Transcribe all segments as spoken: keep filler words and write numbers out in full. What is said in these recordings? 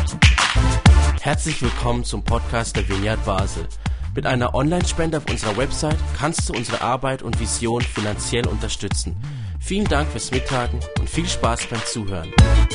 Herzlich willkommen zum Podcast der Vineyard Basel. Mit einer Online-Spende auf unserer Website kannst du unsere Arbeit und Vision finanziell unterstützen. Vielen Dank fürs Mittagen und viel Spaß beim Zuhören.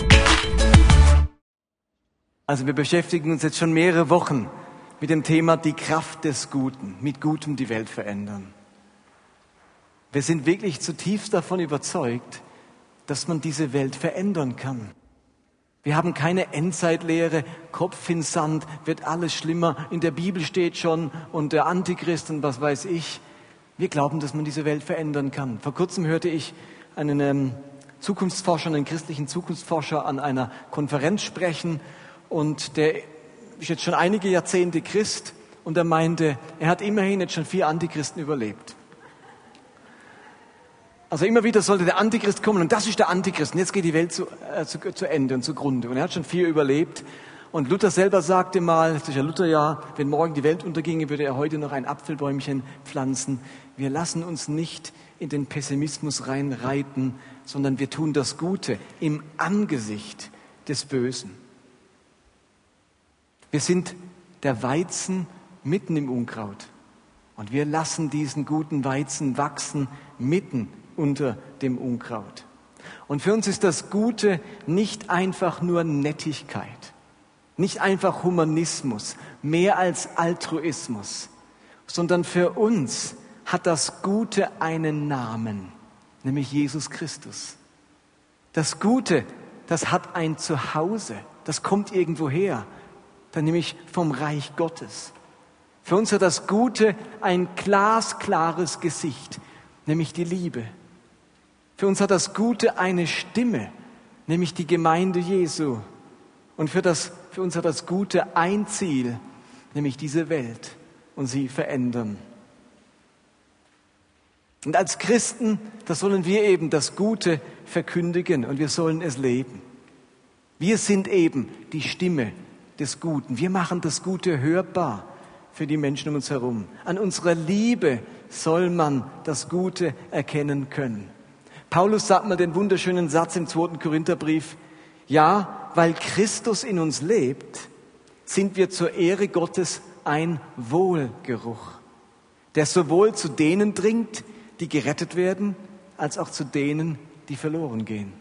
Also wir beschäftigen uns jetzt schon mehrere Wochen mit dem Thema die Kraft des Guten, mit Gutem die Welt verändern. Wir sind wirklich zutiefst davon überzeugt, dass man diese Welt verändern kann. Wir haben keine Endzeitlehre, Kopf in Sand, wird alles schlimmer, in der Bibel steht schon und der Antichrist und was weiß ich. Wir glauben, dass man diese Welt verändern kann. Vor kurzem hörte ich einen ähm, Zukunftsforscher, einen christlichen Zukunftsforscher an einer Konferenz sprechen und der ist jetzt schon einige Jahrzehnte Christ und er meinte, er hat immerhin jetzt schon vier Antichristen überlebt. Also immer wieder sollte der Antichrist kommen und das ist der Antichrist und jetzt geht die Welt zu, äh, zu, zu Ende und zugrunde. Und er hat schon vier überlebt und Luther selber sagte mal, das ist ja Lutherjahr, wenn morgen die Welt unterginge, würde er heute noch ein Apfelbäumchen pflanzen. Wir lassen uns nicht in den Pessimismus reinreiten, sondern wir tun das Gute im Angesicht des Bösen. Wir sind der Weizen mitten im Unkraut und wir lassen diesen guten Weizen wachsen mitten unter dem Unkraut. Und für uns ist das Gute nicht einfach nur Nettigkeit, nicht einfach Humanismus, mehr als Altruismus, sondern für uns hat das Gute einen Namen, nämlich Jesus Christus. Das Gute, das hat ein Zuhause, das kommt irgendwo her, dann nämlich vom Reich Gottes. Für uns hat das Gute ein glasklares Gesicht, nämlich die Liebe. Für uns hat das Gute eine Stimme, nämlich die Gemeinde Jesu. Und für, das, für uns hat das Gute ein Ziel, nämlich diese Welt und sie verändern. Und als Christen, da sollen wir eben das Gute verkündigen und wir sollen es leben. Wir sind eben die Stimme des Guten. Wir machen das Gute hörbar für die Menschen um uns herum. An unserer Liebe soll man das Gute erkennen können. Paulus sagt mal den wunderschönen Satz im zweiten Korintherbrief, ja, weil Christus in uns lebt, sind wir zur Ehre Gottes ein Wohlgeruch, der sowohl zu denen dringt, die gerettet werden, als auch zu denen, die verloren gehen.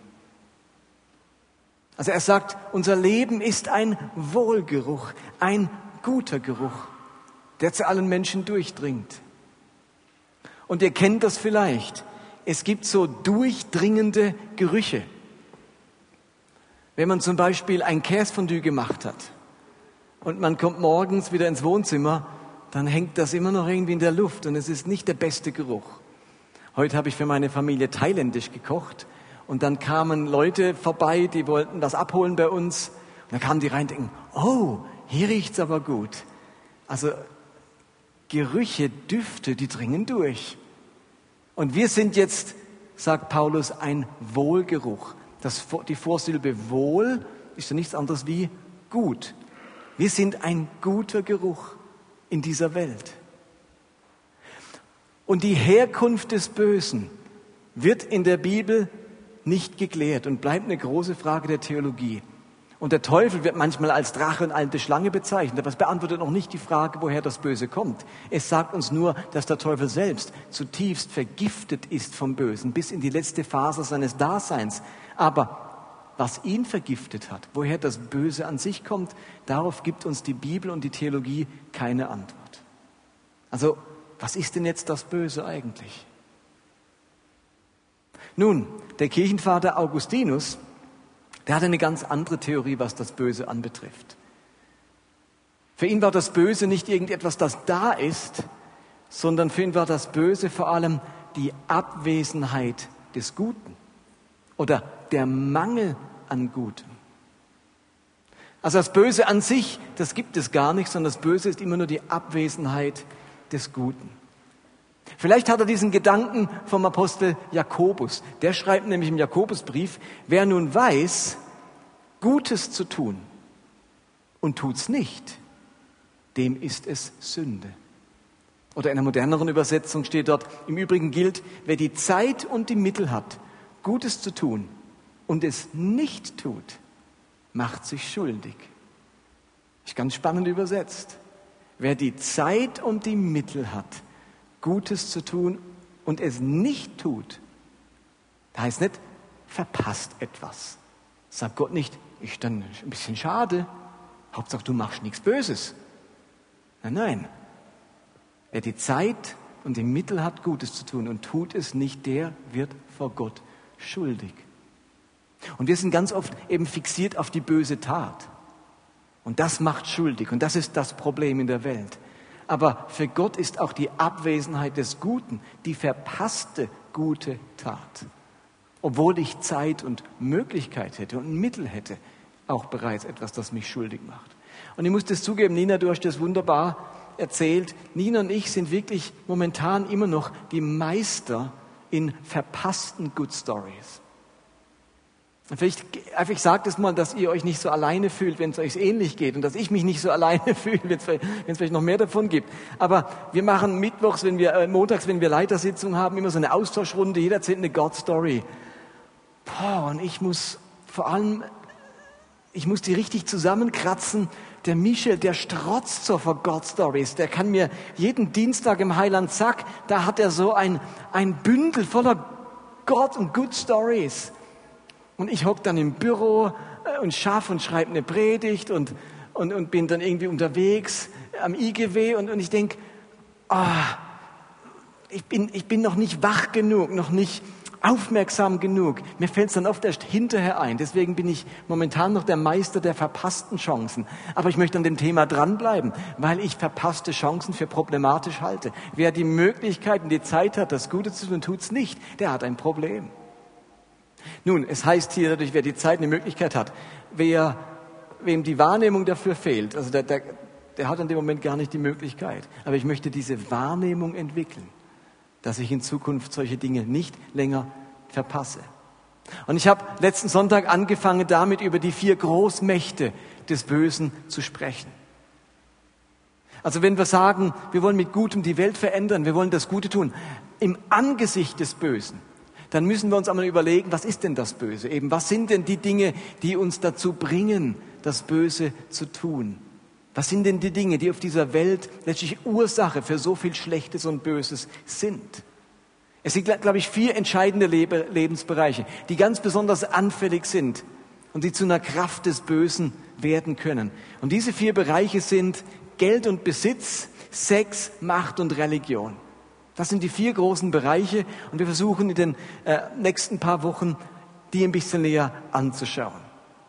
Also er sagt, unser Leben ist ein Wohlgeruch, ein guter Geruch, der zu allen Menschen durchdringt. Und ihr kennt das vielleicht. Es gibt so durchdringende Gerüche. Wenn man zum Beispiel ein Käsefondue gemacht hat und man kommt morgens wieder ins Wohnzimmer, dann hängt das immer noch irgendwie in der Luft und es ist nicht der beste Geruch. Heute habe ich für meine Familie thailändisch gekocht und dann kamen Leute vorbei, die wollten was abholen bei uns. Und dann kamen die rein und denken, oh, hier riecht's aber gut. Also Gerüche, Düfte, die dringen durch. Und wir sind jetzt, sagt Paulus, ein Wohlgeruch. Das, die Vorsilbe wohl ist ja nichts anderes wie gut. Wir sind ein guter Geruch in dieser Welt. Und die Herkunft des Bösen wird in der Bibel nicht geklärt und bleibt eine große Frage der Theologie. Und der Teufel wird manchmal als Drache und alte Schlange bezeichnet, aber es beantwortet noch nicht die Frage, woher das Böse kommt. Es sagt uns nur, dass der Teufel selbst zutiefst vergiftet ist vom Bösen, bis in die letzte Phase seines Daseins. Aber was ihn vergiftet hat, woher das Böse an sich kommt, darauf gibt uns die Bibel und die Theologie keine Antwort. Also, was ist denn jetzt das Böse eigentlich? Nun, der Kirchenvater Augustinus, der hatte eine ganz andere Theorie, was das Böse anbetrifft. Für ihn war das Böse nicht irgendetwas, das da ist, sondern für ihn war das Böse vor allem die Abwesenheit des Guten oder der Mangel an Gutem. Also das Böse an sich, das gibt es gar nicht, sondern das Böse ist immer nur die Abwesenheit des Guten. Vielleicht hat er diesen Gedanken vom Apostel Jakobus. Der schreibt nämlich im Jakobusbrief, wer nun weiß, Gutes zu tun und tut's nicht, dem ist es Sünde. Oder in einer moderneren Übersetzung steht dort, im Übrigen gilt, wer die Zeit und die Mittel hat, Gutes zu tun und es nicht tut, macht sich schuldig Ist ganz spannend übersetzt. Wer die Zeit und die Mittel hat, Gutes zu tun und es nicht tut, das heißt nicht, verpasst etwas. Sagt Gott nicht, ist dann ein bisschen schade, Hauptsache du machst nichts Böses. Nein, nein. Wer die Zeit und die Mittel hat, Gutes zu tun und tut es nicht, der wird vor Gott schuldig. Und wir sind ganz oft eben fixiert auf die böse Tat. Und das macht schuldig. Und das ist das Problem in der Welt. Aber für Gott ist auch die Abwesenheit des Guten die verpasste gute Tat. Obwohl ich Zeit und Möglichkeit hätte und Mittel hätte, auch bereits etwas, das mich schuldig macht. Und ich muss das zugeben, Nina, du hast das wunderbar erzählt. Nina und ich sind wirklich momentan immer noch die Meister in verpassten Good Stories. Und vielleicht, einfach, ich sage das mal, dass ihr euch nicht so alleine fühlt, wenn es euch ähnlich geht und dass ich mich nicht so alleine fühle, wenn es vielleicht noch mehr davon gibt. Aber wir machen mittwochs, wenn wir, äh, montags, wenn wir Leitersitzung haben, immer so eine Austauschrunde, jeder erzählt eine God Story. Boah, und ich muss vor allem, ich muss die richtig zusammenkratzen. Der Michel, der strotzt so vor God Stories. Der kann mir jeden Dienstag im Heiland Zack, da hat er so ein, ein Bündel voller Gott und Good Stories. Und ich hocke dann im Büro und schaffe und schreibe eine Predigt und, und, und bin dann irgendwie unterwegs am I G W und, und ich denke, ah, ich bin, ich bin noch nicht wach genug, noch nicht aufmerksam genug. Mir fällt es dann oft erst hinterher ein. Deswegen bin ich momentan noch der Meister der verpassten Chancen. Aber ich möchte an dem Thema dranbleiben, weil ich verpasste Chancen für problematisch halte. Wer die Möglichkeit und die Zeit hat, das Gute zu tun und tut es nicht, der hat ein Problem. Nun, es heißt hier natürlich, wer die Zeit und die Möglichkeit hat, wer, wem die Wahrnehmung dafür fehlt, also der, der, der hat in dem Moment gar nicht die Möglichkeit. Aber ich möchte diese Wahrnehmung entwickeln, dass ich in Zukunft solche Dinge nicht länger verpasse. Und ich habe letzten Sonntag angefangen, damit über die vier Großmächte des Bösen zu sprechen. Also wenn wir sagen, wir wollen mit Gutem die Welt verändern, wir wollen das Gute tun, im Angesicht des Bösen, dann müssen wir uns einmal überlegen, was ist denn das Böse? Eben, was sind denn die Dinge, die uns dazu bringen, das Böse zu tun? Was sind denn die Dinge, die auf dieser Welt letztlich Ursache für so viel Schlechtes und Böses sind? Es sind, glaube ich, vier entscheidende Lebensbereiche, die ganz besonders anfällig sind und die zu einer Kraft des Bösen werden können. Und diese vier Bereiche sind Geld und Besitz, Sex, Macht und Religion. Das sind die vier großen Bereiche und wir versuchen in den äh, nächsten paar Wochen, die ein bisschen näher anzuschauen.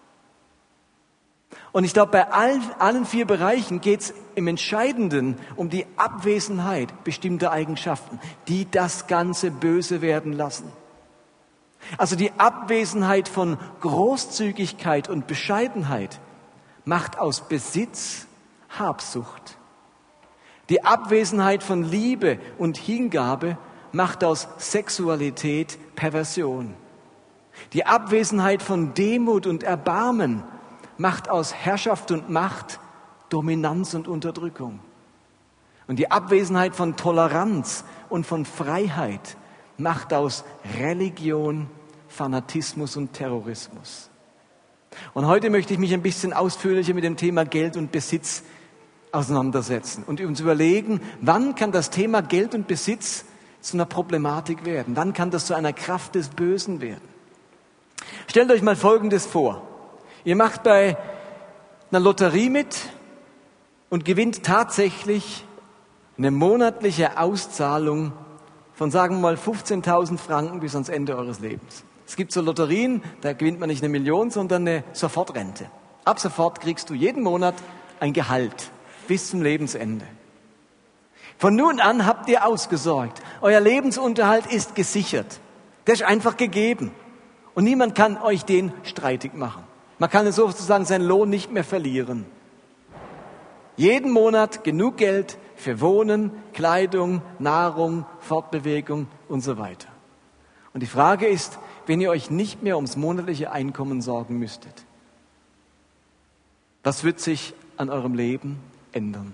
Und ich glaube, bei allen, allen vier Bereichen geht es im Entscheidenden um die Abwesenheit bestimmter Eigenschaften, die das Ganze böse werden lassen. Also die Abwesenheit von Großzügigkeit und Bescheidenheit macht aus Besitz Habsucht. Die Abwesenheit von Liebe und Hingabe macht aus Sexualität Perversion. Die Abwesenheit von Demut und Erbarmen macht aus Herrschaft und Macht Dominanz und Unterdrückung. Und die Abwesenheit von Toleranz und von Freiheit macht aus Religion Fanatismus und Terrorismus. Und heute möchte ich mich ein bisschen ausführlicher mit dem Thema Geld und Besitz auseinandersetzen und uns überlegen, wann kann das Thema Geld und Besitz zu einer Problematik werden? Wann kann das zu einer Kraft des Bösen werden? Stellt euch mal Folgendes vor. Ihr macht bei einer Lotterie mit und gewinnt tatsächlich eine monatliche Auszahlung von, sagen wir mal, fünfzehntausend Franken bis ans Ende eures Lebens. Es gibt so Lotterien, da gewinnt man nicht eine Million, sondern eine Sofortrente. Ab sofort kriegst du jeden Monat ein Gehalt bis zum Lebensende. Von nun an habt ihr ausgesorgt. Euer Lebensunterhalt ist gesichert. Der ist einfach gegeben. Und niemand kann euch den streitig machen. Man kann sozusagen seinen Lohn nicht mehr verlieren. Jeden Monat genug Geld für Wohnen, Kleidung, Nahrung, Fortbewegung und so weiter. Und die Frage ist, wenn ihr euch nicht mehr ums monatliche Einkommen sorgen müsstet, was wird sich an eurem Leben ändern?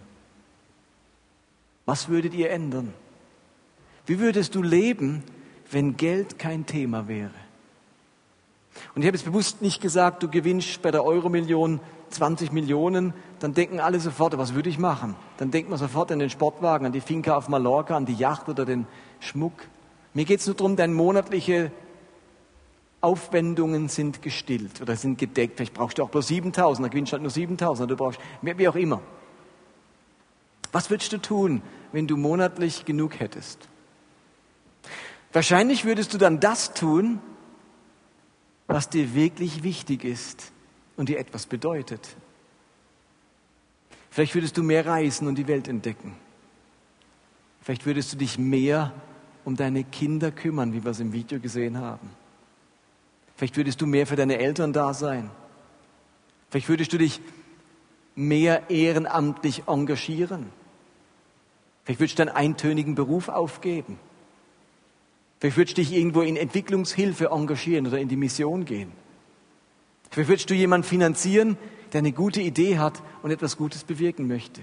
Was würdet ihr ändern? Wie würdest du leben, wenn Geld kein Thema wäre? Und ich habe jetzt bewusst nicht gesagt, du gewinnst bei der Euromillion zwanzig Millionen, dann denken alle sofort, was würde ich machen? Dann denkt man sofort an den Sportwagen, an die Finca auf Mallorca, an die Yacht oder den Schmuck. Mir geht es nur darum, deine monatliche Aufwendungen sind gestillt oder sind gedeckt. Vielleicht brauchst du auch bloß siebentausend, dann gewinnst du halt nur siebentausend, du brauchst mehr, wie auch immer. Was würdest du tun, wenn du monatlich genug hättest? Wahrscheinlich würdest du dann das tun, was dir wirklich wichtig ist und dir etwas bedeutet. Vielleicht würdest du mehr reisen und die Welt entdecken. Vielleicht würdest du dich mehr um deine Kinder kümmern, wie wir es im Video gesehen haben. Vielleicht würdest du mehr für deine Eltern da sein. Vielleicht würdest du dich mehr ehrenamtlich engagieren. Vielleicht würdest du deinen eintönigen Beruf aufgeben. Vielleicht würdest du dich irgendwo in Entwicklungshilfe engagieren oder in die Mission gehen. Vielleicht würdest du jemanden finanzieren, der eine gute Idee hat und etwas Gutes bewirken möchte.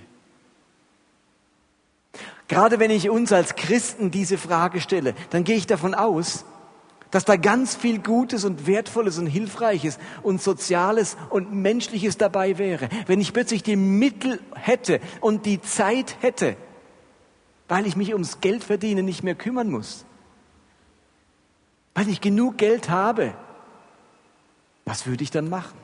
Gerade wenn ich uns als Christen diese Frage stelle, dann gehe ich davon aus, dass da ganz viel Gutes und Wertvolles und Hilfreiches und Soziales und Menschliches dabei wäre. Wenn ich plötzlich die Mittel hätte und die Zeit hätte, weil ich mich ums Geldverdienen nicht mehr kümmern muss, weil ich genug Geld habe, was würde ich dann machen?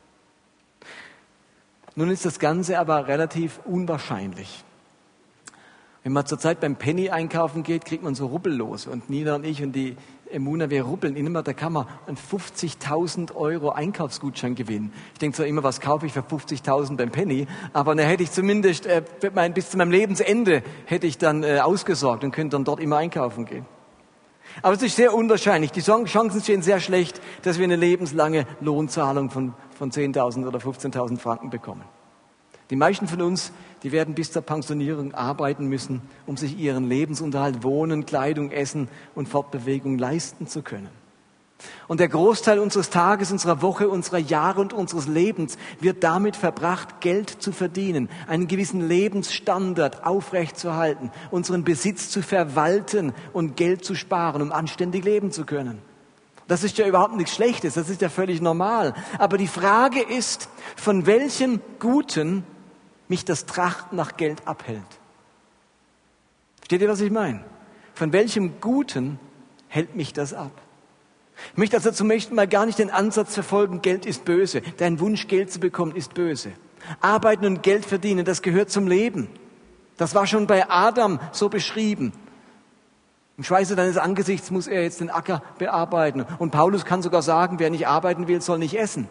Nun ist das Ganze aber relativ unwahrscheinlich. Wenn man zurzeit beim Penny einkaufen geht, kriegt man so Rubbellose. Und Nina und ich und die Emuna, wir rubbeln immer, da kann man einen fünfzigtausend Euro Einkaufsgutschein gewinnen. Ich denke zwar immer, was kaufe ich für fünfzigtausend beim Penny, aber dann hätte ich zumindest, äh, mein, bis zu meinem Lebensende hätte ich dann äh, ausgesorgt und könnte dann dort immer einkaufen gehen. Aber es ist sehr unwahrscheinlich. Die Chancen stehen sehr schlecht, dass wir eine lebenslange Lohnzahlung von, von zehntausend oder fünfzehntausend Franken bekommen. Die meisten von uns, die werden bis zur Pensionierung arbeiten müssen, um sich ihren Lebensunterhalt, Wohnen, Kleidung, Essen und Fortbewegung leisten zu können. Und der Großteil unseres Tages, unserer Woche, unserer Jahre und unseres Lebens wird damit verbracht, Geld zu verdienen, einen gewissen Lebensstandard aufrechtzuerhalten, unseren Besitz zu verwalten und Geld zu sparen, um anständig leben zu können. Das ist ja überhaupt nichts Schlechtes, das ist ja völlig normal. Aber die Frage ist, von welchem Guten mich das Trachten nach Geld abhält. Versteht ihr, was ich meine? Von welchem Guten hält mich das ab? Ich möchte also zunächst mal gar nicht den Ansatz verfolgen, Geld ist böse. Dein Wunsch, Geld zu bekommen, ist böse. Arbeiten und Geld verdienen, das gehört zum Leben. Das war schon bei Adam so beschrieben. Im Schweiße deines Angesichts muss er jetzt den Acker bearbeiten. Und Paulus kann sogar sagen, wer nicht arbeiten will, soll nicht essen.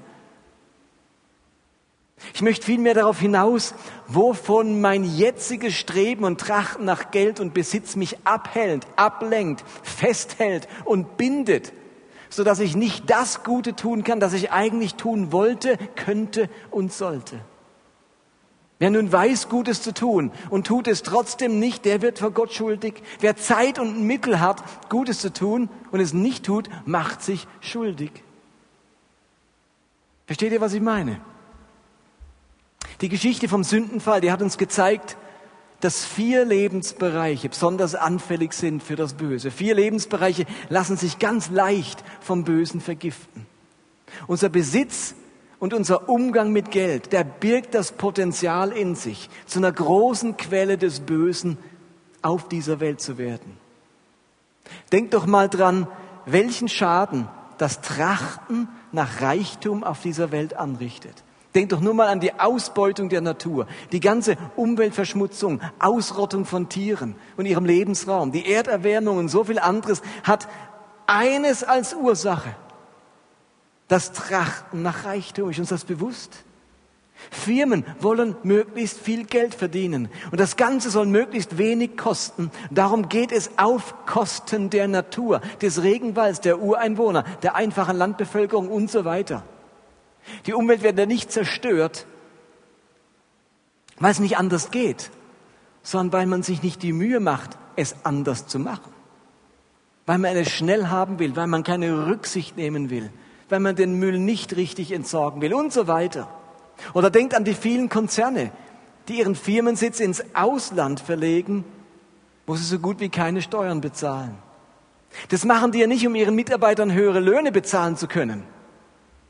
Ich möchte vielmehr darauf hinaus, wovon mein jetziges Streben und Trachten nach Geld und Besitz mich abhält, ablenkt, festhält und bindet, sodass ich nicht das Gute tun kann, das ich eigentlich tun wollte, könnte und sollte. Wer nun weiß, Gutes zu tun und tut es trotzdem nicht, der wird vor Gott schuldig. Wer Zeit und Mittel hat, Gutes zu tun und es nicht tut, macht sich schuldig. Versteht ihr, was ich meine? Die Geschichte vom Sündenfall, die hat uns gezeigt, dass vier Lebensbereiche besonders anfällig sind für das Böse. Vier Lebensbereiche lassen sich ganz leicht vom Bösen vergiften. Unser Besitz und unser Umgang mit Geld, der birgt das Potenzial in sich, zu einer großen Quelle des Bösen auf dieser Welt zu werden. Denkt doch mal dran, welchen Schaden das Trachten nach Reichtum auf dieser Welt anrichtet. Denkt doch nur mal an die Ausbeutung der Natur, die ganze Umweltverschmutzung, Ausrottung von Tieren und ihrem Lebensraum, die Erderwärmung und so viel anderes hat eines als Ursache: das Trachten nach Reichtum. Ist uns das bewusst? Firmen wollen möglichst viel Geld verdienen und das Ganze soll möglichst wenig kosten. Darum geht es auf Kosten der Natur, des Regenwalds, der Ureinwohner, der einfachen Landbevölkerung und so weiter. Die Umwelt wird ja nicht zerstört, weil es nicht anders geht, sondern weil man sich nicht die Mühe macht, es anders zu machen. Weil man es schnell haben will, weil man keine Rücksicht nehmen will, weil man den Müll nicht richtig entsorgen will und so weiter. Oder denkt an die vielen Konzerne, die ihren Firmensitz ins Ausland verlegen, wo sie so gut wie keine Steuern bezahlen. Das machen die ja nicht, um ihren Mitarbeitern höhere Löhne bezahlen zu können.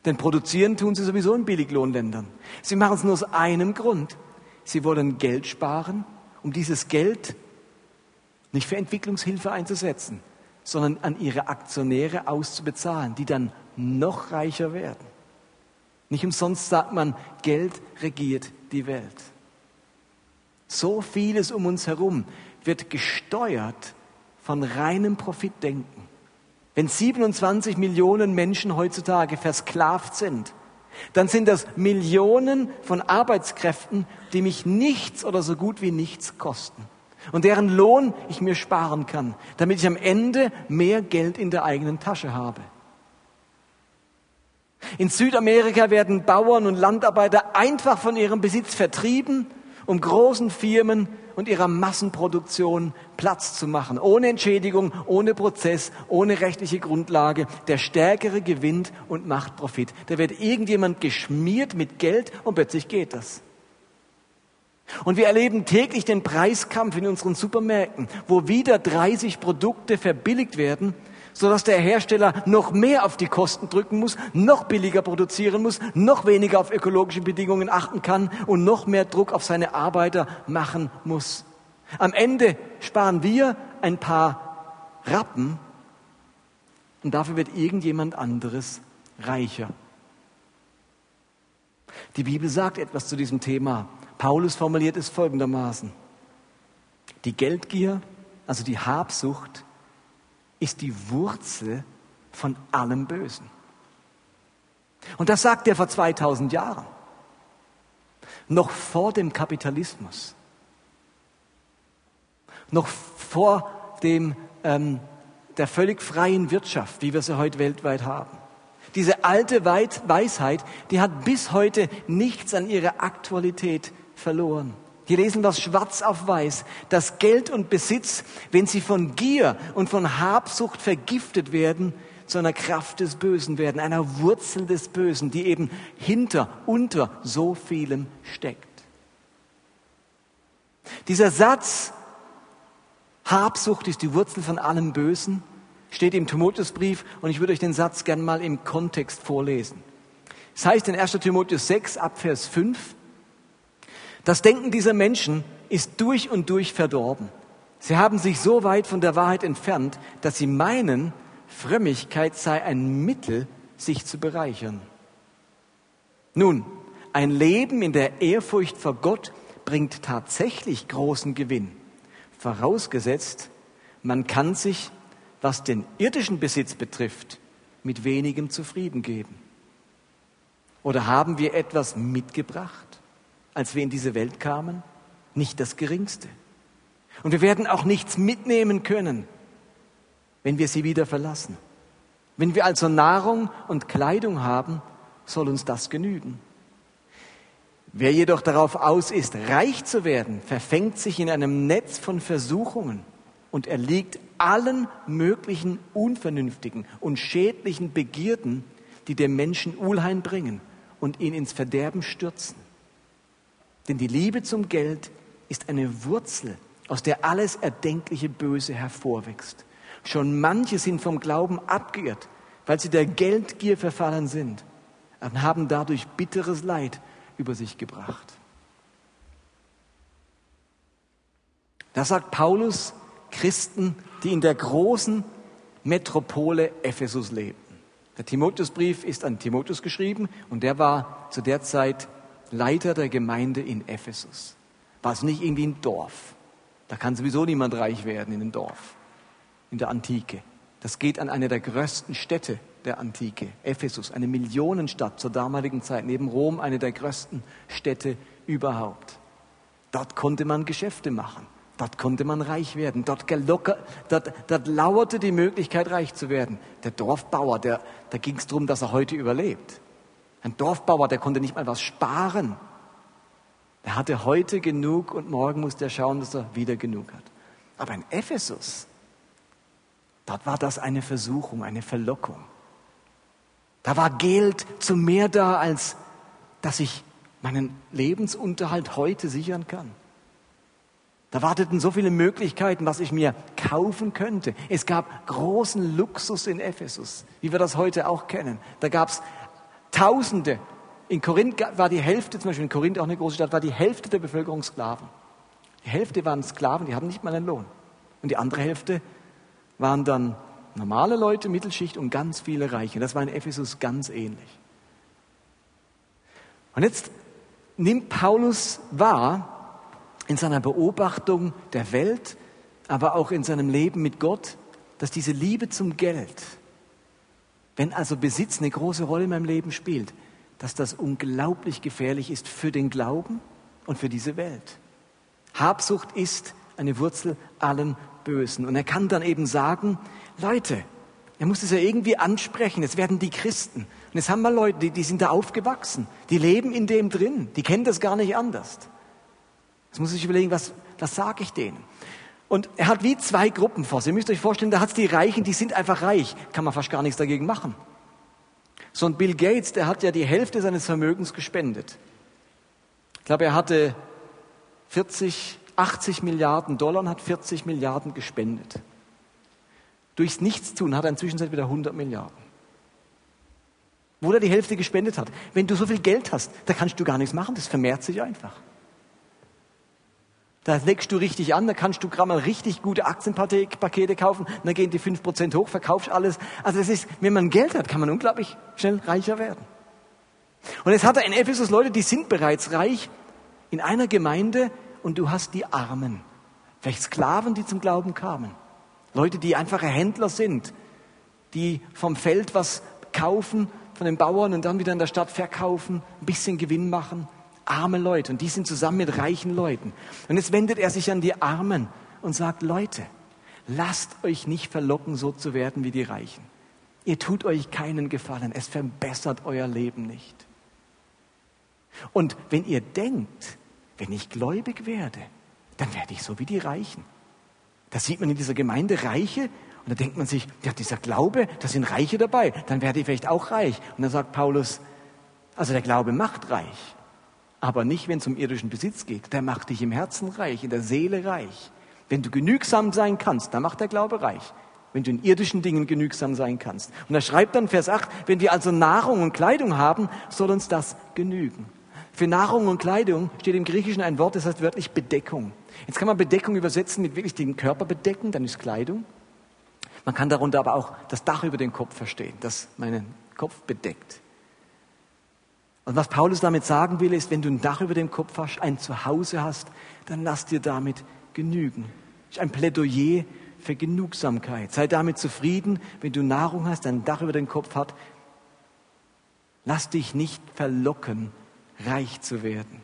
Denn produzieren tun sie sowieso in Billiglohnländern. Sie machen es nur aus einem Grund. Sie wollen Geld sparen, um dieses Geld nicht für Entwicklungshilfe einzusetzen, sondern an ihre Aktionäre auszubezahlen, die dann noch reicher werden. Nicht umsonst sagt man, Geld regiert die Welt. So vieles um uns herum wird gesteuert von reinem Profitdenken. Wenn siebenundzwanzig Millionen Menschen heutzutage versklavt sind, dann sind das Millionen von Arbeitskräften, die mich nichts oder so gut wie nichts kosten und deren Lohn ich mir sparen kann, damit ich am Ende mehr Geld in der eigenen Tasche habe. In Südamerika werden Bauern und Landarbeiter einfach von ihrem Besitz vertrieben, um großen Firmen und ihrer Massenproduktion Platz zu machen. Ohne Entschädigung, ohne Prozess, ohne rechtliche Grundlage. Der Stärkere gewinnt und macht Profit. Da wird irgendjemand geschmiert mit Geld und plötzlich geht das. Und wir erleben täglich den Preiskampf in unseren Supermärkten, wo wieder dreißig Produkte verbilligt werden, sodass der Hersteller noch mehr auf die Kosten drücken muss, noch billiger produzieren muss, noch weniger auf ökologische Bedingungen achten kann und noch mehr Druck auf seine Arbeiter machen muss. Am Ende sparen wir ein paar Rappen und dafür wird irgendjemand anderes reicher. Die Bibel sagt etwas zu diesem Thema. Paulus formuliert es folgendermaßen: Die Geldgier, also die Habsucht, ist die Wurzel von allem Bösen. Und das sagt er vor zweitausend Jahren. Noch vor dem Kapitalismus. Noch vor dem, ähm, der völlig freien Wirtschaft, wie wir sie heute weltweit haben. Diese alte Weisheit, die hat bis heute nichts an ihrer Aktualität verloren. Hier lesen wir schwarz auf weiß, dass Geld und Besitz, wenn sie von Gier und von Habsucht vergiftet werden, zu einer Kraft des Bösen werden, einer Wurzel des Bösen, die eben hinter, unter so vielem steckt. Dieser Satz, Habsucht ist die Wurzel von allem Bösen, steht im Timotheusbrief und ich würde euch den Satz gern mal im Kontext vorlesen. Es heißt in erster Timotheus sechs, ab Vers fünf, das Denken dieser Menschen ist durch und durch verdorben. Sie haben sich so weit von der Wahrheit entfernt, dass sie meinen, Frömmigkeit sei ein Mittel, sich zu bereichern. Nun, ein Leben in der Ehrfurcht vor Gott bringt tatsächlich großen Gewinn. Vorausgesetzt, man kann sich, was den irdischen Besitz betrifft, mit wenigem zufrieden geben. Oder haben wir etwas mitgebracht, als wir in diese Welt kamen? Nicht das Geringste. Und wir werden auch nichts mitnehmen können, wenn wir sie wieder verlassen. Wenn wir also Nahrung und Kleidung haben, soll uns das genügen. Wer jedoch darauf aus ist, reich zu werden, verfängt sich in einem Netz von Versuchungen und erliegt allen möglichen unvernünftigen und schädlichen Begierden, die dem Menschen Unheil bringen und ihn ins Verderben stürzen. Denn die Liebe zum Geld ist eine Wurzel, aus der alles erdenkliche Böse hervorwächst. Schon manche sind vom Glauben abgeirrt, weil sie der Geldgier verfallen sind und haben dadurch bitteres Leid über sich gebracht. Das sagt Paulus Christen, die in der großen Metropole Ephesus lebten. Der Timotheusbrief ist an Timotheus geschrieben und der war zu der Zeit Leiter der Gemeinde in Ephesus. War es nicht irgendwie ein Dorf. Da kann sowieso niemand reich werden in einem Dorf, in der Antike. Das geht an eine der größten Städte der Antike, Ephesus, eine Millionenstadt zur damaligen Zeit, neben Rom eine der größten Städte überhaupt. Dort konnte man Geschäfte machen, dort konnte man reich werden, dort, gelocker, dort, dort lauerte die Möglichkeit, reich zu werden. Der Dorfbauer, der, da ging es darum, dass er heute überlebt. Ein Dorfbauer, der konnte nicht mal was sparen. Der hatte heute genug und morgen musste er schauen, dass er wieder genug hat. Aber in Ephesus, dort war das eine Versuchung, eine Verlockung. Da war Geld zu mehr da, als dass ich meinen Lebensunterhalt heute sichern kann. Da warteten so viele Möglichkeiten, was ich mir kaufen könnte. Es gab großen Luxus in Ephesus, wie wir das heute auch kennen. Da gab es Tausende. In Korinth war die Hälfte, zum Beispiel in Korinth, auch eine große Stadt, war die Hälfte der Bevölkerung Sklaven. Die Hälfte waren Sklaven, die hatten nicht mal einen Lohn. Und die andere Hälfte waren dann normale Leute, Mittelschicht und ganz viele Reiche. Das war in Ephesus ganz ähnlich. Und jetzt nimmt Paulus wahr, in seiner Beobachtung der Welt, aber auch in seinem Leben mit Gott, dass diese Liebe zum Geld, wenn also Besitz eine große Rolle in meinem Leben spielt, dass das unglaublich gefährlich ist für den Glauben und für diese Welt. Habsucht ist eine Wurzel allen Bösen. Und er kann dann eben sagen, Leute, er muss es ja irgendwie ansprechen, jetzt werden die Christen. Und jetzt haben wir Leute, die, die sind da aufgewachsen, die leben in dem drin, die kennen das gar nicht anders. Jetzt muss ich sich überlegen, was, was sage ich denen? Und er hat wie zwei Gruppen vor sich. Ihr müsst euch vorstellen, da hat es die Reichen, die sind einfach reich, kann man fast gar nichts dagegen machen. So ein Bill Gates, der hat ja die Hälfte seines Vermögens gespendet. Ich glaube, er hatte vierzig, achtzig Milliarden Dollar und hat vierzig Milliarden gespendet. Durchs Nichtstun hat er inzwischen wieder hundert Milliarden. Wo er die Hälfte gespendet hat. Wenn du so viel Geld hast, da kannst du gar nichts machen, das vermehrt sich einfach. Da legst du richtig an, da kannst du gerade mal richtig gute Aktienpakete kaufen, dann gehen die fünf Prozent hoch, verkaufst alles. Also das ist, wenn man Geld hat, kann man unglaublich schnell reicher werden. Und jetzt hat er in Ephesus Leute, die sind bereits reich in einer Gemeinde und du hast die Armen. Vielleicht Sklaven, die zum Glauben kamen. Leute, die einfache Händler sind, die vom Feld was kaufen, von den Bauern und dann wieder in der Stadt verkaufen, ein bisschen Gewinn machen. Arme Leute. Und die sind zusammen mit reichen Leuten. Und jetzt wendet er sich an die Armen und sagt, Leute, lasst euch nicht verlocken, so zu werden wie die Reichen. Ihr tut euch keinen Gefallen. Es verbessert euer Leben nicht. Und wenn ihr denkt, wenn ich gläubig werde, dann werde ich so wie die Reichen. Da sieht man in dieser Gemeinde Reiche und da denkt man sich, ja, dieser Glaube, da sind Reiche dabei, dann werde ich vielleicht auch reich. Und dann sagt Paulus, also der Glaube macht reich, aber nicht, wenn es um irdischen Besitz geht. Der macht dich im Herzen reich, in der Seele reich. Wenn du genügsam sein kannst, dann macht der Glaube reich. Wenn du in irdischen Dingen genügsam sein kannst. Und er schreibt dann Vers acht, wenn wir also Nahrung und Kleidung haben, soll uns das genügen. Für Nahrung und Kleidung steht im Griechischen ein Wort, das heißt wörtlich Bedeckung. Jetzt kann man Bedeckung übersetzen mit wirklich den Körper bedecken, dann ist Kleidung. Man kann darunter aber auch das Dach über den Kopf verstehen, das meinen Kopf bedeckt. Und was Paulus damit sagen will, ist, wenn du ein Dach über dem Kopf hast, ein Zuhause hast, dann lass dir damit genügen. Das ist ein Plädoyer für Genugsamkeit. Sei damit zufrieden, wenn du Nahrung hast, ein Dach über dem Kopf hast. Lass dich nicht verlocken, reich zu werden.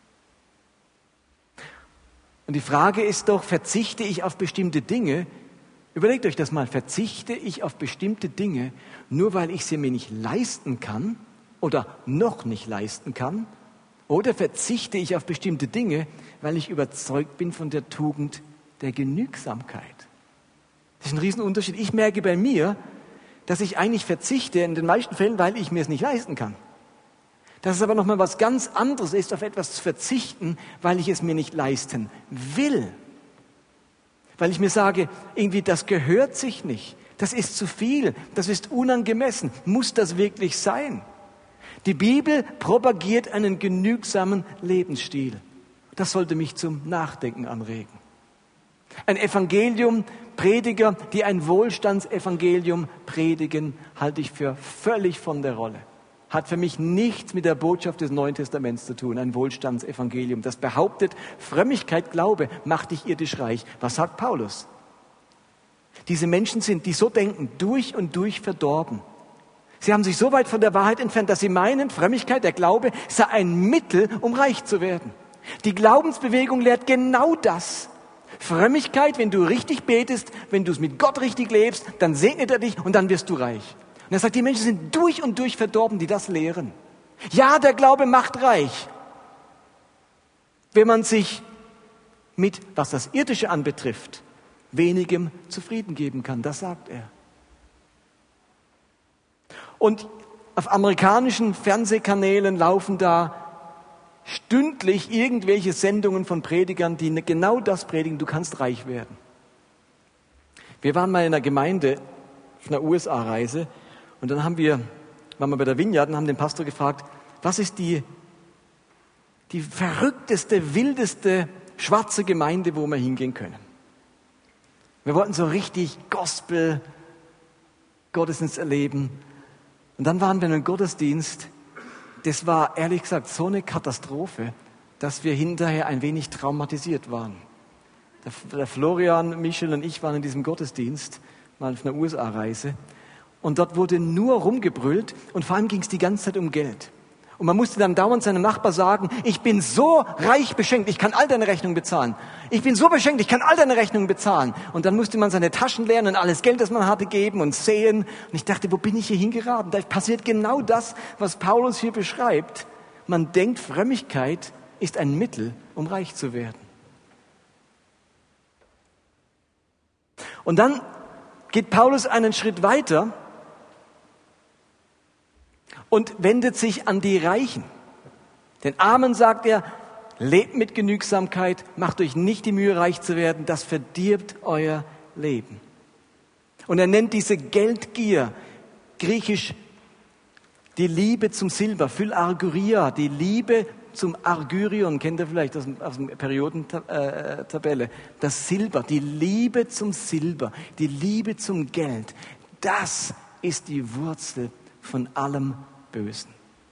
Und die Frage ist doch, verzichte ich auf bestimmte Dinge? Überlegt euch das mal, verzichte ich auf bestimmte Dinge, nur weil ich sie mir nicht leisten kann oder noch nicht leisten kann? Oder verzichte ich auf bestimmte Dinge, weil ich überzeugt bin von der Tugend der Genügsamkeit? Das ist ein Riesenunterschied. Ich merke bei mir, dass ich eigentlich verzichte, in den meisten Fällen, weil ich mir es nicht leisten kann. Dass es aber nochmal was ganz anderes ist, auf etwas zu verzichten, weil ich es mir nicht leisten will. Weil ich mir sage, irgendwie das gehört sich nicht. Das ist zu viel. Das ist unangemessen. Muss das wirklich sein? Die Bibel propagiert einen genügsamen Lebensstil. Das sollte mich zum Nachdenken anregen. Ein Evangelium, Prediger, die ein Wohlstandsevangelium predigen, halte ich für völlig von der Rolle. Hat für mich nichts mit der Botschaft des Neuen Testaments zu tun, ein Wohlstandsevangelium. Das behauptet, Frömmigkeit, Glaube macht dich irdisch reich. Was sagt Paulus? Diese Menschen sind, die so denken, durch und durch verdorben. Sie haben sich so weit von der Wahrheit entfernt, dass sie meinen, Frömmigkeit, der Glaube, sei ein Mittel, um reich zu werden. Die Glaubensbewegung lehrt genau das. Frömmigkeit, wenn du richtig betest, wenn du es mit Gott richtig lebst, dann segnet er dich und dann wirst du reich. Und er sagt, die Menschen sind durch und durch verdorben, die das lehren. Ja, der Glaube macht reich. Wenn man sich mit, was das Irdische anbetrifft, wenigem zufrieden geben kann, das sagt er. Und auf amerikanischen Fernsehkanälen laufen da stündlich irgendwelche Sendungen von Predigern, die genau das predigen, du kannst reich werden. Wir waren mal in einer Gemeinde auf einer U S A-Reise und dann haben wir waren wir bei der Vineyard und haben den Pastor gefragt, was ist die, die verrückteste, wildeste, schwarze Gemeinde, wo wir hingehen können. Wir wollten so richtig Gospel, Gottesdienst erleben. Und dann waren wir in einem Gottesdienst, das war ehrlich gesagt so eine Katastrophe, dass wir hinterher ein wenig traumatisiert waren. Der, der Florian, Michel und ich waren in diesem Gottesdienst, mal auf einer U S A-Reise. Und dort wurde nur rumgebrüllt und vor allem ging es die ganze Zeit um Geld. Und man musste dann dauernd seinem Nachbar sagen, ich bin so reich beschenkt, ich kann all deine Rechnungen bezahlen. Ich bin so beschenkt, ich kann all deine Rechnungen bezahlen. Und dann musste man seine Taschen leeren und alles Geld, das man hatte, geben und sehen. Und ich dachte, wo bin ich hier hingeraten? Da passiert genau das, was Paulus hier beschreibt. Man denkt, Frömmigkeit ist ein Mittel, um reich zu werden. Und dann geht Paulus einen Schritt weiter und wendet sich an die Reichen. Den Armen sagt er, lebt mit Genügsamkeit, macht euch nicht die Mühe, reich zu werden, das verdirbt euer Leben. Und er nennt diese Geldgier, griechisch die Liebe zum Silber, Phylargyria, die Liebe zum Argyrion, kennt ihr vielleicht aus, aus der Periodentabelle, das Silber, die Liebe zum Silber, die Liebe zum Geld, das ist die Wurzel von allem Bösen.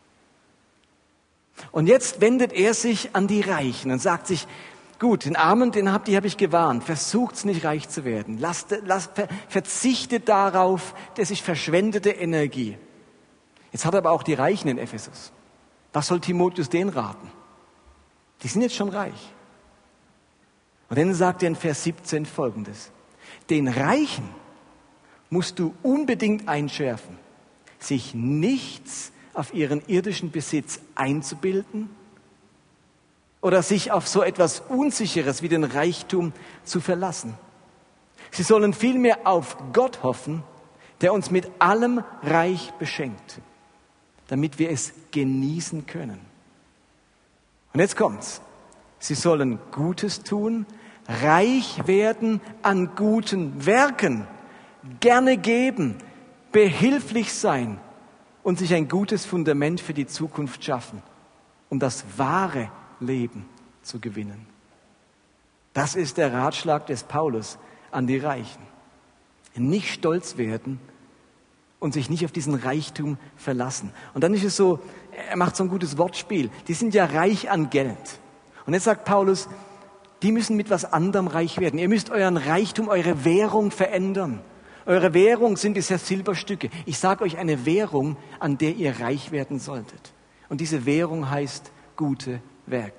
Und jetzt wendet er sich an die Reichen und sagt sich, gut, den Armen, den habt ihr, habe ich gewarnt, versucht's nicht reich zu werden, lasst, lasst, verzichtet darauf, das ist verschwendete Energie. Jetzt hat er aber auch die Reichen in Ephesus. Was soll Timotheus denen raten? Die sind jetzt schon reich. Und dann sagt er in Vers siebzehn Folgendes. Den Reichen musst du unbedingt einschärfen, sich nichts auf ihren irdischen Besitz einzubilden oder sich auf so etwas Unsicheres wie den Reichtum zu verlassen. Sie sollen vielmehr auf Gott hoffen, der uns mit allem reich beschenkt, damit wir es genießen können. Und jetzt kommt's. Sie sollen Gutes tun, reich werden an guten Werken, gerne geben, behilflich sein und sich ein gutes Fundament für die Zukunft schaffen, um das wahre Leben zu gewinnen. Das ist der Ratschlag des Paulus an die Reichen. Nicht stolz werden und sich nicht auf diesen Reichtum verlassen. Und dann ist es so, er macht so ein gutes Wortspiel. Die sind ja reich an Geld. Und jetzt sagt Paulus, die müssen mit was anderem reich werden. Ihr müsst euren Reichtum, eure Währung verändern. Eure Währung sind bisher Silberstücke. Ich sage euch eine Währung, an der ihr reich werden solltet. Und diese Währung heißt gute Werke.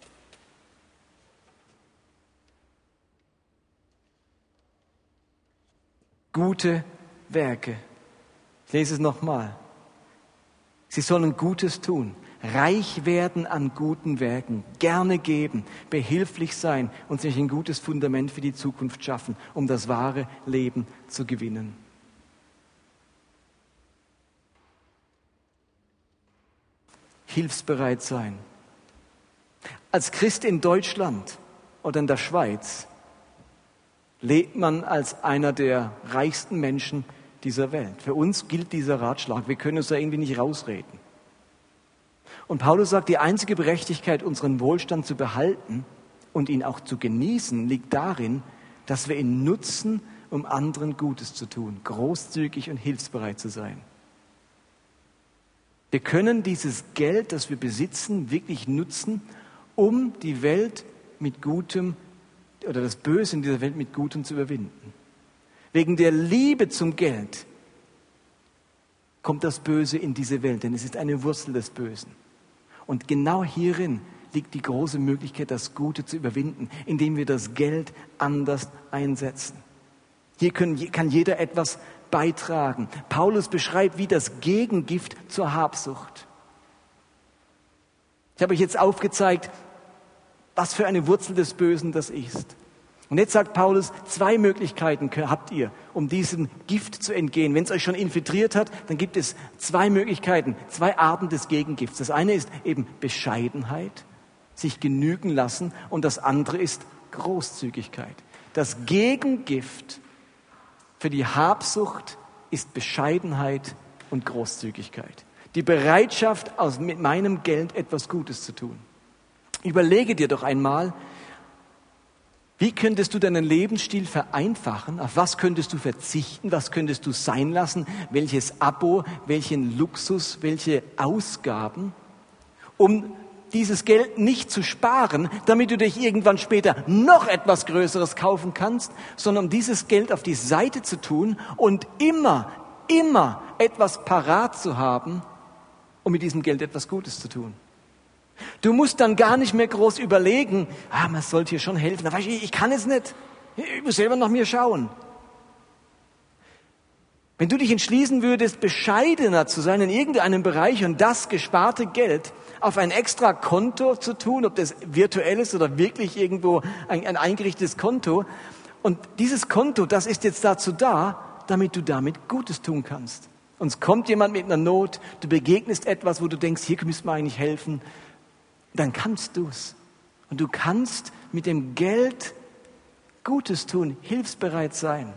Gute Werke. Ich lese es nochmal. Sie sollen Gutes tun, reich werden an guten Werken, gerne geben, behilflich sein und sich ein gutes Fundament für die Zukunft schaffen, um das wahre Leben zu gewinnen. Hilfsbereit sein. Als Christ in Deutschland oder in der Schweiz lebt man als einer der reichsten Menschen dieser Welt. Für uns gilt dieser Ratschlag. Wir können uns da irgendwie nicht rausreden. Und Paulus sagt, die einzige Berechtigkeit, unseren Wohlstand zu behalten und ihn auch zu genießen, liegt darin, dass wir ihn nutzen, um anderen Gutes zu tun, großzügig und hilfsbereit zu sein. Wir können dieses Geld, das wir besitzen, wirklich nutzen, um die Welt mit Gutem oder das Böse in dieser Welt mit Gutem zu überwinden. Wegen der Liebe zum Geld kommt das Böse in diese Welt, denn es ist eine Wurzel des Bösen. Und genau hierin liegt die große Möglichkeit, das Gute zu überwinden, indem wir das Geld anders einsetzen. Hier können, kann jeder etwas beitragen. Paulus beschreibt, wie das Gegengift zur Habsucht. Ich habe euch jetzt aufgezeigt, was für eine Wurzel des Bösen das ist. Und jetzt sagt Paulus, zwei Möglichkeiten habt ihr, um diesem Gift zu entgehen. Wenn es euch schon infiltriert hat, dann gibt es zwei Möglichkeiten, zwei Arten des Gegengifts. Das eine ist eben Bescheidenheit, sich genügen lassen, und das andere ist Großzügigkeit. Das Gegengift für die Habsucht ist Bescheidenheit und Großzügigkeit. Die Bereitschaft, aus, mit meinem Geld etwas Gutes zu tun. Überlege dir doch einmal, wie könntest du deinen Lebensstil vereinfachen? Auf was könntest du verzichten? Was könntest du sein lassen? Welches Abo, welchen Luxus, welche Ausgaben? Um dieses Geld nicht zu sparen, damit du dich irgendwann später noch etwas Größeres kaufen kannst, sondern um dieses Geld auf die Seite zu tun und immer, immer etwas parat zu haben, um mit diesem Geld etwas Gutes zu tun. Du musst dann gar nicht mehr groß überlegen, ah, man sollte hier schon helfen, aber ich, ich kann es nicht, ich muss selber nach mir schauen. Wenn du dich entschließen würdest, bescheidener zu sein in irgendeinem Bereich und das gesparte Geld auf ein extra Konto zu tun, ob das virtuell ist oder wirklich irgendwo ein, ein eingerichtetes Konto, und dieses Konto, das ist jetzt dazu da, damit du damit Gutes tun kannst. Und es kommt jemand mit einer Not, du begegnest etwas, wo du denkst, hier müsste man eigentlich helfen, dann kannst du es. Und du kannst mit dem Geld Gutes tun, hilfsbereit sein.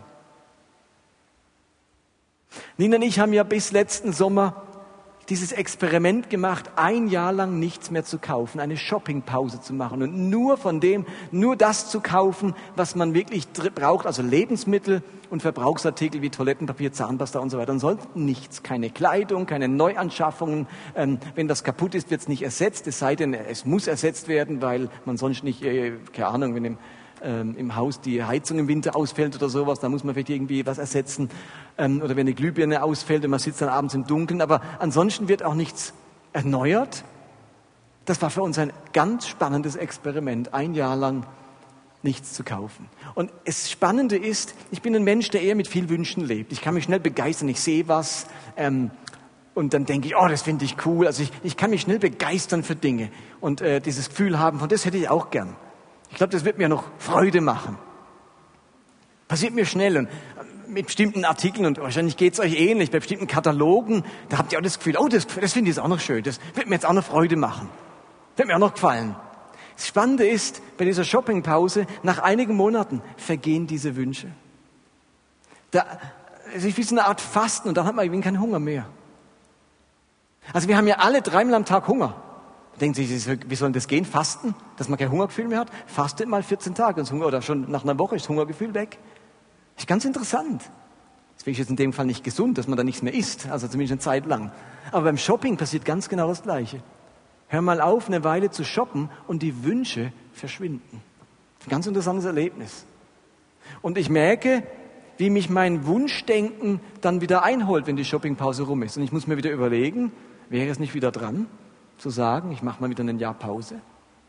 Nina und ich haben ja bis letzten Sommer dieses Experiment gemacht, ein Jahr lang nichts mehr zu kaufen, eine Shoppingpause zu machen und nur von dem, nur das zu kaufen, was man wirklich braucht, also Lebensmittel und Verbrauchsartikel wie Toilettenpapier, Zahnpasta und so weiter. Und sonst nichts, keine Kleidung, keine Neuanschaffungen. Ähm, wenn das kaputt ist, wird es nicht ersetzt, es sei denn, es muss ersetzt werden, weil man sonst nicht, äh, keine Ahnung, wenn im Ähm, im Haus die Heizung im Winter ausfällt oder sowas, da muss man vielleicht irgendwie was ersetzen. Ähm, oder wenn eine Glühbirne ausfällt und man sitzt dann abends im Dunkeln. Aber ansonsten wird auch nichts erneuert. Das war für uns ein ganz spannendes Experiment, ein Jahr lang nichts zu kaufen. Und das Spannende ist, ich bin ein Mensch, der eher mit viel Wünschen lebt. Ich kann mich schnell begeistern, ich sehe was ähm, und dann denke ich, oh, das finde ich cool. Also ich, ich kann mich schnell begeistern für Dinge und äh, dieses Gefühl haben, von das hätte ich auch gern. Ich glaube, das wird mir noch Freude machen. Passiert mir schnell und mit bestimmten Artikeln, und wahrscheinlich geht es euch ähnlich, bei bestimmten Katalogen, da habt ihr auch das Gefühl, oh, das, das finde ich jetzt auch noch schön, das wird mir jetzt auch noch Freude machen. Wird mir auch noch gefallen. Das Spannende ist, bei dieser Shoppingpause, nach einigen Monaten vergehen diese Wünsche. Da, es ist wie so eine Art Fasten und dann hat man irgendwie keinen Hunger mehr. Also wir haben ja alle dreimal am Tag Hunger. Denken Sie, wie soll das gehen? Fasten? Dass man kein Hungergefühl mehr hat? Fastet mal vierzehn Tage und Hunger, oder schon nach einer Woche ist das Hungergefühl weg. Das ist ganz interessant. Das finde ich jetzt in dem Fall nicht gesund, dass man da nichts mehr isst, also zumindest eine Zeit lang. Aber beim Shopping passiert ganz genau das Gleiche. Hör mal auf, eine Weile zu shoppen und die Wünsche verschwinden. Ein ganz interessantes Erlebnis. Und ich merke, wie mich mein Wunschdenken dann wieder einholt, wenn die Shoppingpause rum ist. Und ich muss mir wieder überlegen, wäre es nicht wieder dran, zu sagen, ich mache mal wieder ein Jahr Pause.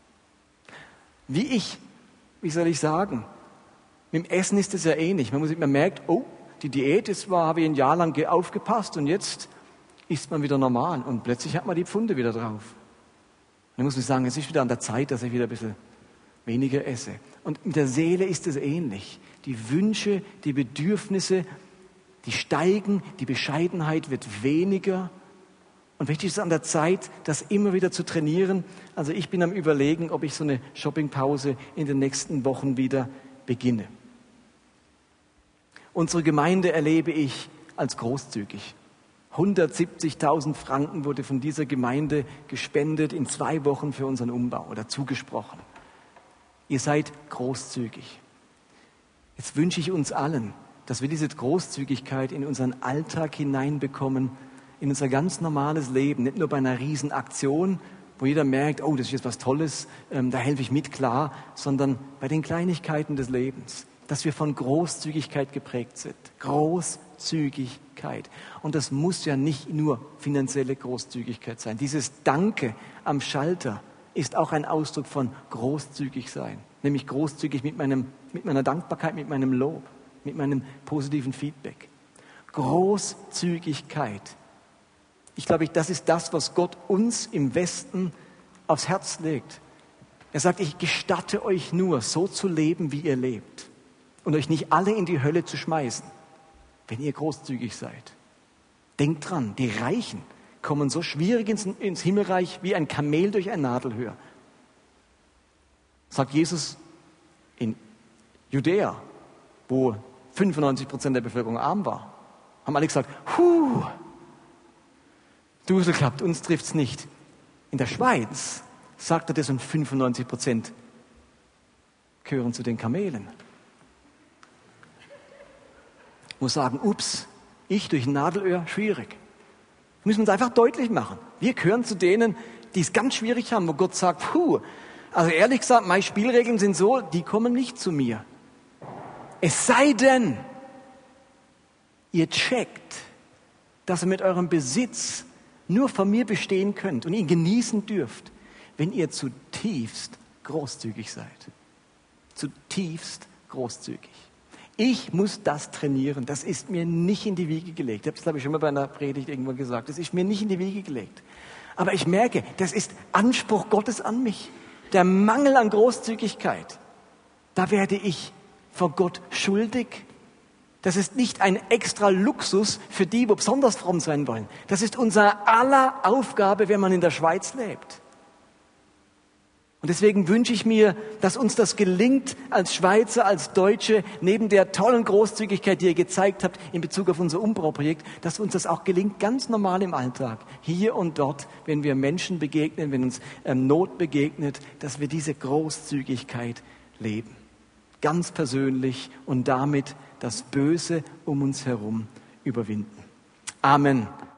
Wie ich, wie soll ich sagen, mit dem Essen ist es ja ähnlich. Man, muss, man merkt, oh, die Diät ist zwar, habe ich ein Jahr lang aufgepasst und jetzt isst man wieder normal und plötzlich hat man die Pfunde wieder drauf. Dann muss man sagen, es ist wieder an der Zeit, dass ich wieder ein bisschen weniger esse. Und mit der Seele ist es ähnlich. Die Wünsche, die Bedürfnisse, die steigen, die Bescheidenheit wird weniger. Und wichtig ist an der Zeit, das immer wieder zu trainieren. Also ich bin am Überlegen, ob ich so eine Shoppingpause in den nächsten Wochen wieder beginne. Unsere Gemeinde erlebe ich als großzügig. hundertsiebzigtausend Franken wurde von dieser Gemeinde gespendet in zwei Wochen für unseren Umbau oder zugesprochen. Ihr seid großzügig. Jetzt wünsche ich uns allen, dass wir diese Großzügigkeit in unseren Alltag hineinbekommen, in unser ganz normales Leben, nicht nur bei einer Riesenaktion, wo jeder merkt, oh, das ist jetzt was Tolles, ähm, da helfe ich mit, klar, sondern bei den Kleinigkeiten des Lebens, dass wir von Großzügigkeit geprägt sind. Großzügigkeit. Und das muss ja nicht nur finanzielle Großzügigkeit sein. Dieses Danke am Schalter ist auch ein Ausdruck von großzügig sein. Nämlich großzügig mit meinem, mit meiner Dankbarkeit, mit meinem Lob, mit meinem positiven Feedback. Großzügigkeit. Ich glaube, das ist das, was Gott uns im Westen aufs Herz legt. Er sagt, ich gestatte euch nur, so zu leben, wie ihr lebt. Und euch nicht alle in die Hölle zu schmeißen, wenn ihr großzügig seid. Denkt dran, die Reichen kommen so schwierig ins, ins Himmelreich wie ein Kamel durch ein Nadelöhr. Sagt Jesus in Judäa, wo fünfundneunzig Prozent der Bevölkerung arm war, haben alle gesagt, huh, Dusel gehabt, uns trifft's nicht. In der Schweiz sagt er das und fünfundneunzig Prozent gehören zu den Kamelen. Ich muss sagen, ups, ich durch Nadelöhr, schwierig. Wir müssen uns einfach deutlich machen. Wir gehören zu denen, die es ganz schwierig haben, wo Gott sagt, puh, also ehrlich gesagt, meine Spielregeln sind so, die kommen nicht zu mir. Es sei denn, ihr checkt, dass ihr mit eurem Besitz nur von mir bestehen könnt und ihn genießen dürft, wenn ihr zutiefst großzügig seid. Zutiefst großzügig. Ich muss das trainieren. Das ist mir nicht in die Wiege gelegt. Ich habe es, glaube ich, schon mal bei einer Predigt irgendwann gesagt. Das ist mir nicht in die Wiege gelegt. Aber ich merke, das ist Anspruch Gottes an mich. Der Mangel an Großzügigkeit, da werde ich vor Gott schuldig. Das ist nicht ein extra Luxus für die, die besonders fromm sein wollen. Das ist unser aller Aufgabe, wenn man in der Schweiz lebt. Und deswegen wünsche ich mir, dass uns das gelingt als Schweizer, als Deutsche, neben der tollen Großzügigkeit, die ihr gezeigt habt in Bezug auf unser Umbauprojekt, dass uns das auch gelingt, ganz normal im Alltag, hier und dort, wenn wir Menschen begegnen, wenn uns ähm, Not begegnet, dass wir diese Großzügigkeit leben. Ganz persönlich und damit das Böse um uns herum überwinden. Amen.